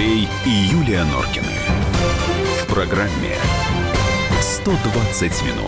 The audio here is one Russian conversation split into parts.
Андрей и Юлия Норкины. В программе 120 минут.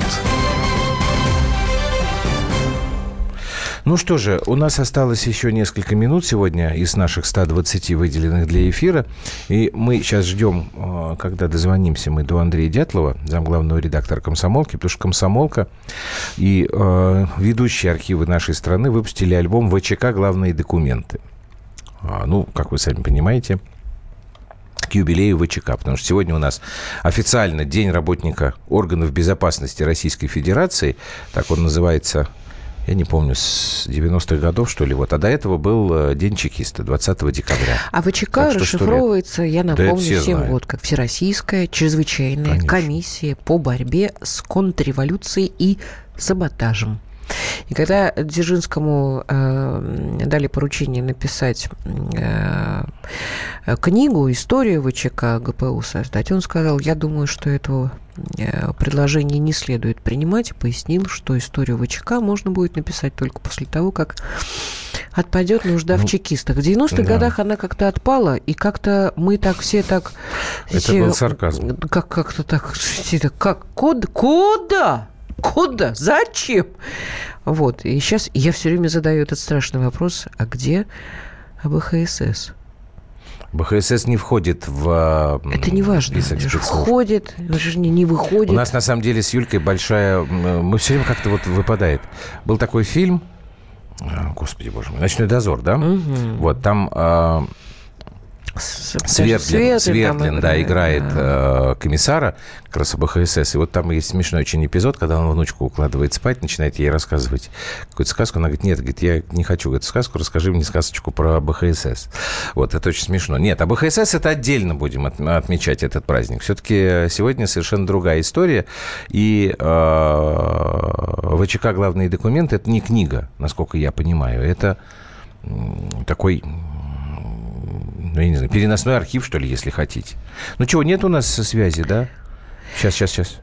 Ну что же, у нас осталось еще несколько минут сегодня из наших 120, выделенных для эфира. И мы сейчас ждем, когда дозвонимся мы до Андрея Дятлова, замглавного редактора «Комсомолки», потому что «Комсомолка» и ведущие архивы нашей страны выпустили альбом «ВЧК. Главные документы». Ну, как вы сами понимаете, к юбилею ВЧК, потому что сегодня у нас официально День работника органов безопасности Российской Федерации, так он называется, я не помню, с 90-х годов, что ли, вот. А до этого был День чекиста, 20 декабря. А ВЧК расшифровывается, я напомню всем, вот как Всероссийская чрезвычайная комиссия по борьбе с контрреволюцией и саботажем. И когда Дзержинскому дали поручение написать книгу, историю ВЧК ГПУ создать, он сказал: я думаю, что этого предложения не следует принимать, и пояснил, что историю ВЧК можно будет написать только после того, как отпадет нужда в чекистах. В 90-х годах она как-то отпала, и как-то мы так все так... Это был сарказм. Как-то так... Как? Куда? Куда? Зачем? Вот. И сейчас я все время задаю этот страшный вопрос: а где АБХСС? БХСС не входит в это не важно. Входит, не выходит. У нас, на самом деле, с Юлькой большая... Мы все время как-то вот выпадает. Был такой фильм... Господи, боже мой. «Ночной дозор», да? Угу. Вот там... Свердлин, да, играет комиссара как раз АБХСС. И вот там есть смешной очень эпизод, когда он внучку укладывает спать, начинает ей рассказывать какую-то сказку. Она говорит: нет, говорит, я не хочу эту сказку, расскажи мне сказочку про АБХСС. Вот, это очень смешно. Нет, АБХСС — это отдельно будем отмечать этот праздник. Все-таки сегодня совершенно другая история. И ВЧК «Главные документы» — это не книга, насколько я понимаю. Это такой... Ну, я не знаю, переносной архив, что ли, если хотите. Ну, чего, нет у нас связи, да? Сейчас.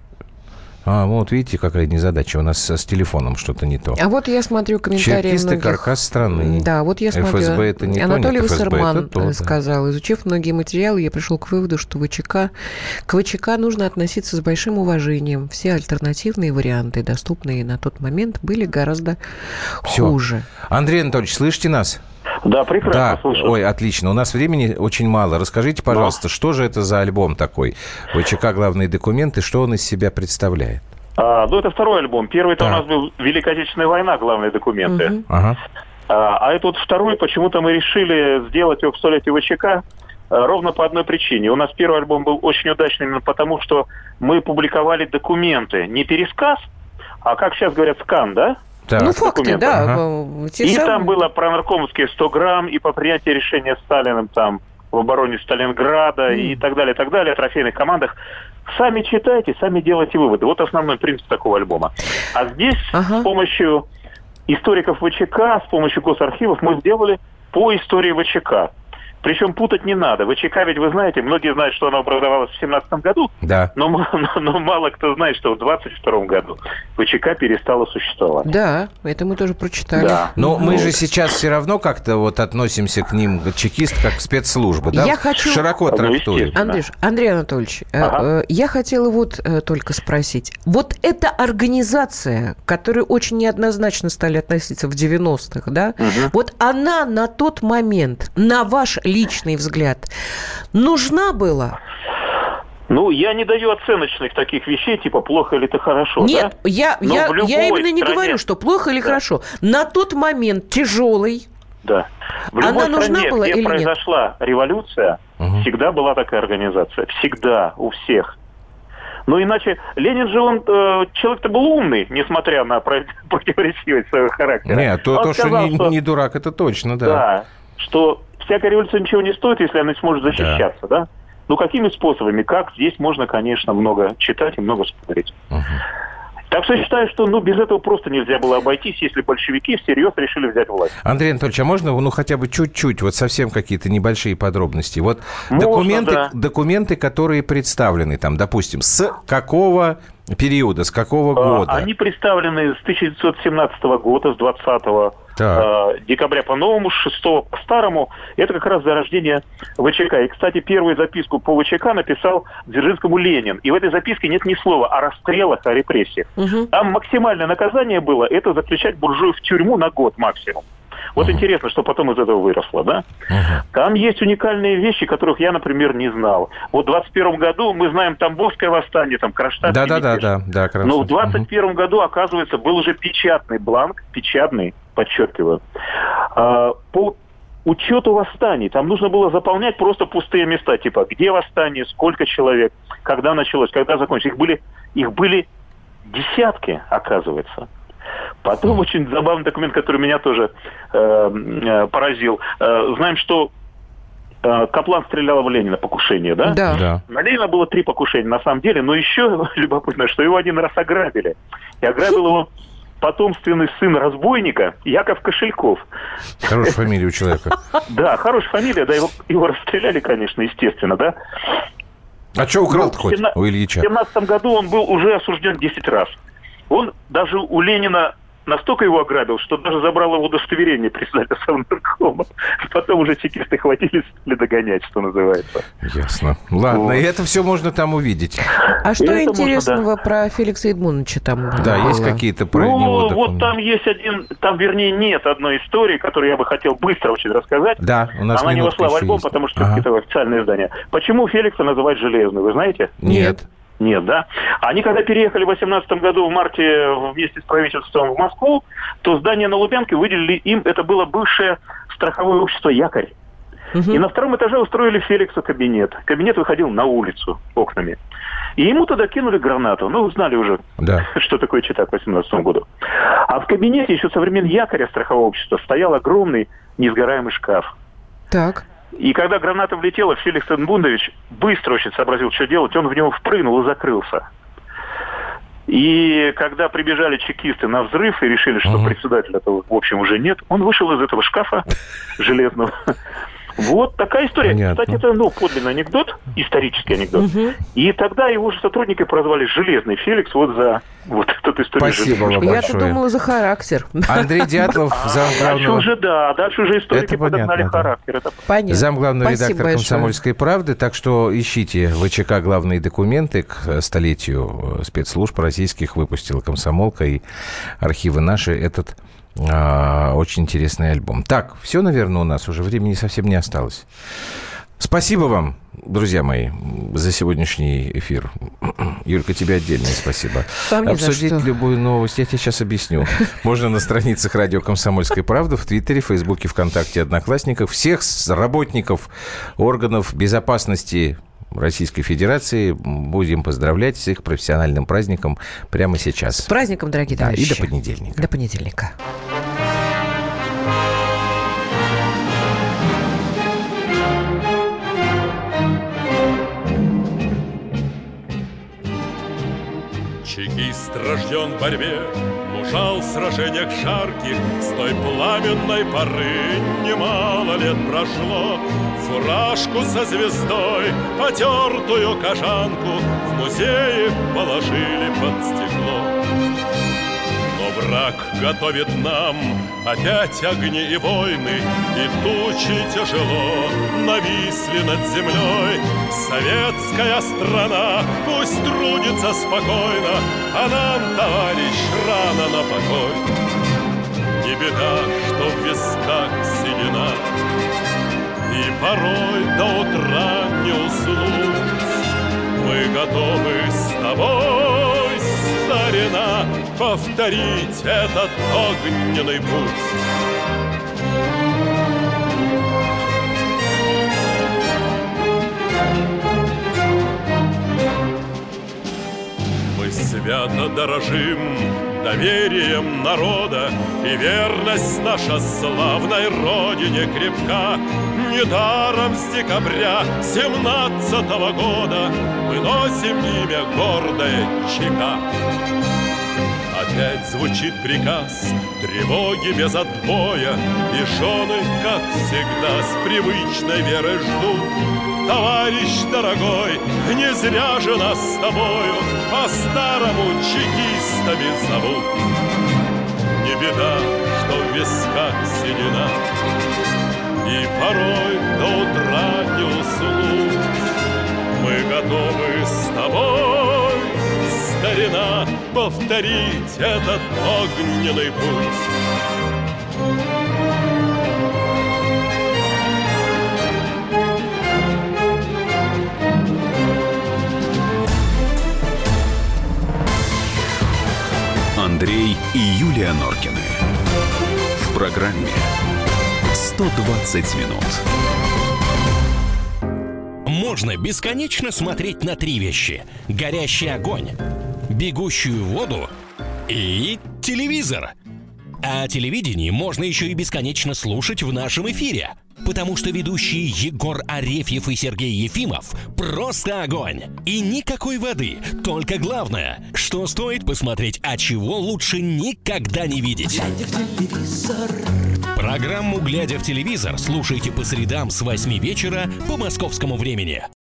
Вот видите, какая незадача. У нас с телефоном что-то не то. А вот я смотрю комментарии чекисты многих... каркас страны. Да, вот я смотрю. ФСБ это не Анатолий то, Вассерман ФСБ сказал: изучив многие материалы, я пришел к выводу, что к ВЧК нужно относиться с большим уважением. Все альтернативные варианты, доступные на тот момент, были гораздо хуже. Андрей Анатольевич, слышите нас? Да, прекрасно слышу. Ой, отлично. У нас времени очень мало. Расскажите, пожалуйста, что же это за альбом такой? ВЧК «Главные документы», что он из себя представляет? Это второй альбом. Первый-то у нас был «Великая Отечественная война. Главные документы». Угу. Ага. А этот второй, почему-то мы решили сделать его в 100-летие ВЧК ровно по одной причине. У нас первый альбом был очень удачный именно потому, что мы публиковали документы. Не пересказ, а, как сейчас говорят, скан, да? Так. Ну, факты, да. Ага. И там было про наркомовские 100 грамм, и по принятию решения Сталиным там в обороне Сталинграда и так далее, о трофейных командах. Сами читайте, сами делайте выводы. Вот основной принцип такого альбома. А здесь с помощью историков ВЧК, с помощью госархивов мы сделали по истории ВЧК. Причем путать не надо. ВЧК, ведь вы знаете, многие знают, что она образовалась в 17 году, да. но мало кто знает, что в 22 году ВЧК перестала существовать. Да, это мы тоже прочитали. Да. Но мы же сейчас все равно как-то вот относимся к ним, чекист, как спецслужбы, да? Я хочу... Широко трактуем. Андрей Анатольевич, я хотела вот только спросить. Вот эта организация, к которой очень неоднозначно стали относиться в 90-х, да? Вот она на тот момент, на ваш личный взгляд, нужна была? Ну, я не даю оценочных таких вещей, типа плохо или это хорошо. Нет, да? я именно не говорю, что плохо или хорошо. На тот момент тяжелый. Да. В любой стране, где произошла революция, всегда была такая организация. Всегда, у всех. Ну, иначе Ленин же, он человек-то был умный, несмотря на противоречивость своего характера. Нет, то, что не дурак, это точно, да. Да, что всякая революция ничего не стоит, если она не сможет защищаться, да? Ну, какими способами? Как? Здесь можно, конечно, много читать и много спорить. Так что я считаю, что без этого просто нельзя было обойтись, если большевики всерьез решили взять власть. Андрей Анатольевич, а можно хотя бы чуть-чуть, вот совсем какие-то небольшие подробности? Вот можно, документы, которые представлены там, допустим, с какого периода, с какого года? Они представлены с 1917 года, с 20-го. декабря по-новому, 6 по-старому. Это как раз зарождение ВЧК. И, кстати, первую записку по ВЧК написал Дзержинскому Ленин. И в этой записке нет ни слова о расстрелах, о репрессиях. Там максимальное наказание было — это заключать буржуев в тюрьму на год максимум. Вот интересно, что потом из этого выросло, да? Там есть уникальные вещи, которых я, например, не знал. Вот в 21 году мы знаем Тамбовское восстание, там, Кронштадтский мятеж. Да. Но в 21 году, оказывается, был уже печатный бланк, печатный, подчеркиваю, по учету восстаний. Там нужно было заполнять просто пустые места, типа, где восстание, сколько человек, когда началось, когда закончилось. Их были десятки, оказывается. Потом очень забавный документ, который меня тоже поразил. Знаем, что Каплан стрелял в Ленина, покушение, да? Да. На Ленина было 3 покушения, на самом деле. Но еще любопытно, что его один раз ограбили. И ограбил его потомственный сын разбойника Яков Кошельков. Хорошая фамилия у человека. Да, хорошая фамилия. Да, его расстреляли, конечно, естественно, да. А что украл-то хоть у Ильича? В 17 году он был уже осужден 10 раз. Он даже у Ленина настолько его ограбил, что даже забрал его удостоверение председателя Совнаркома. Потом уже чекисты хватились, стали догонять, что называется. Ясно. Ладно, Вот. И это все можно там увидеть. А что Это интересного можно, про Феликса Эдмундовича там Да, было? есть какие-то про него документы? Вот там есть нет одной истории, которую я бы хотел быстро очень рассказать. Да, у нас Она не минутка вошла в еще альбом, есть. потому что это официальное издание. Почему Феликса называют Железный, вы знаете? Нет. Нет, да? Они когда переехали в 2018 году в марте вместе с правительством в Москву, то здание на Лубянке выделили им, это было бывшее страховое общество «Якорь». И на 2-м этаже устроили Феликсу кабинет. Кабинет выходил на улицу окнами. И ему туда кинули гранату. Ну, вы знали уже, что такое ЧТА к 2018 году. А в кабинете еще со времен «Якоря» страхового общества стоял огромный несгораемый шкаф. Так. И когда граната влетела, Феликс Эдмундович быстро очень сообразил, что делать. Он в него впрыгнул и закрылся. И когда прибежали чекисты на взрыв и решили, что председателя-то, в общем, уже нет, он вышел из этого шкафа железного. Вот такая история. Понятно. Кстати, это подлинный анекдот, исторический анекдот. И тогда его же сотрудники прозвали «Железный Феликс» вот за вот эту историю. Спасибо вам Я-то большое. думала за характер. Андрей Дятлов, Дальше уже историки подогнали характер. Это Понятно. замглавный Спасибо редактор большое. «Комсомольской правды». Так что ищите ВЧК «Главные документы» к столетию спецслужб российских. Выпустила «Комсомолка» и архивы наши этот очень интересный альбом. Так, все, наверное, у нас уже времени совсем не осталось. Спасибо вам, друзья мои, за сегодняшний эфир. Юлька, тебе отдельное спасибо. Вам ни за Обсудить что. любую новость я тебе сейчас объясню. Можно на страницах радио «Комсомольская правда», в Твиттере, Фейсбуке, ВКонтакте, Одноклассниках. Всех работников органов безопасности Российской Федерации будем поздравлять с их профессиональным праздником прямо сейчас. С праздником, дорогие Да, товарищи. и до понедельника. До понедельника. Чекист рожден в борьбе, мужал в сражениях жарких. С той пламенной поры немало лет прошло. Фуражку со звездой, потертую кожанку в музее положили под стекло. Но враг готовит нам опять огни и войны, и тучи тяжело нависли над землей. Советская страна пусть трудится спокойно, а нам, товарищ, рано на покой. Не беда, что в висках седина, и порой до утра не уснуть. Мы готовы с тобой, старина, повторить этот огненный путь. Мы свято дорожим доверием народа, и верность наша славной родине крепка. Недаром с декабря 17-го года мы носим имя гордое ЧК. Опять звучит приказ, тревоги без отбоя, и жены, как всегда, с привычной верой ждут. Товарищ дорогой, не зря же нас с тобою по-старому чекистами зовут. Не беда, что что в висках седина, и порой до утра не уснуть. Мы готовы с тобой, старина, повторить этот огненный путь. Андрей и Юлия Норкины. В программе «120 минут». Можно бесконечно смотреть на три вещи: горящий огонь, бегущую воду и телевизор. А телевидение можно еще и бесконечно слушать в нашем эфире, потому что ведущие Егор Арефьев и Сергей Ефимов просто огонь. И никакой воды, только главное, что стоит посмотреть, а чего лучше никогда не видеть. Глядя в телевизор. Программу «Глядя в телевизор» слушайте по средам с 8 вечера по московскому времени.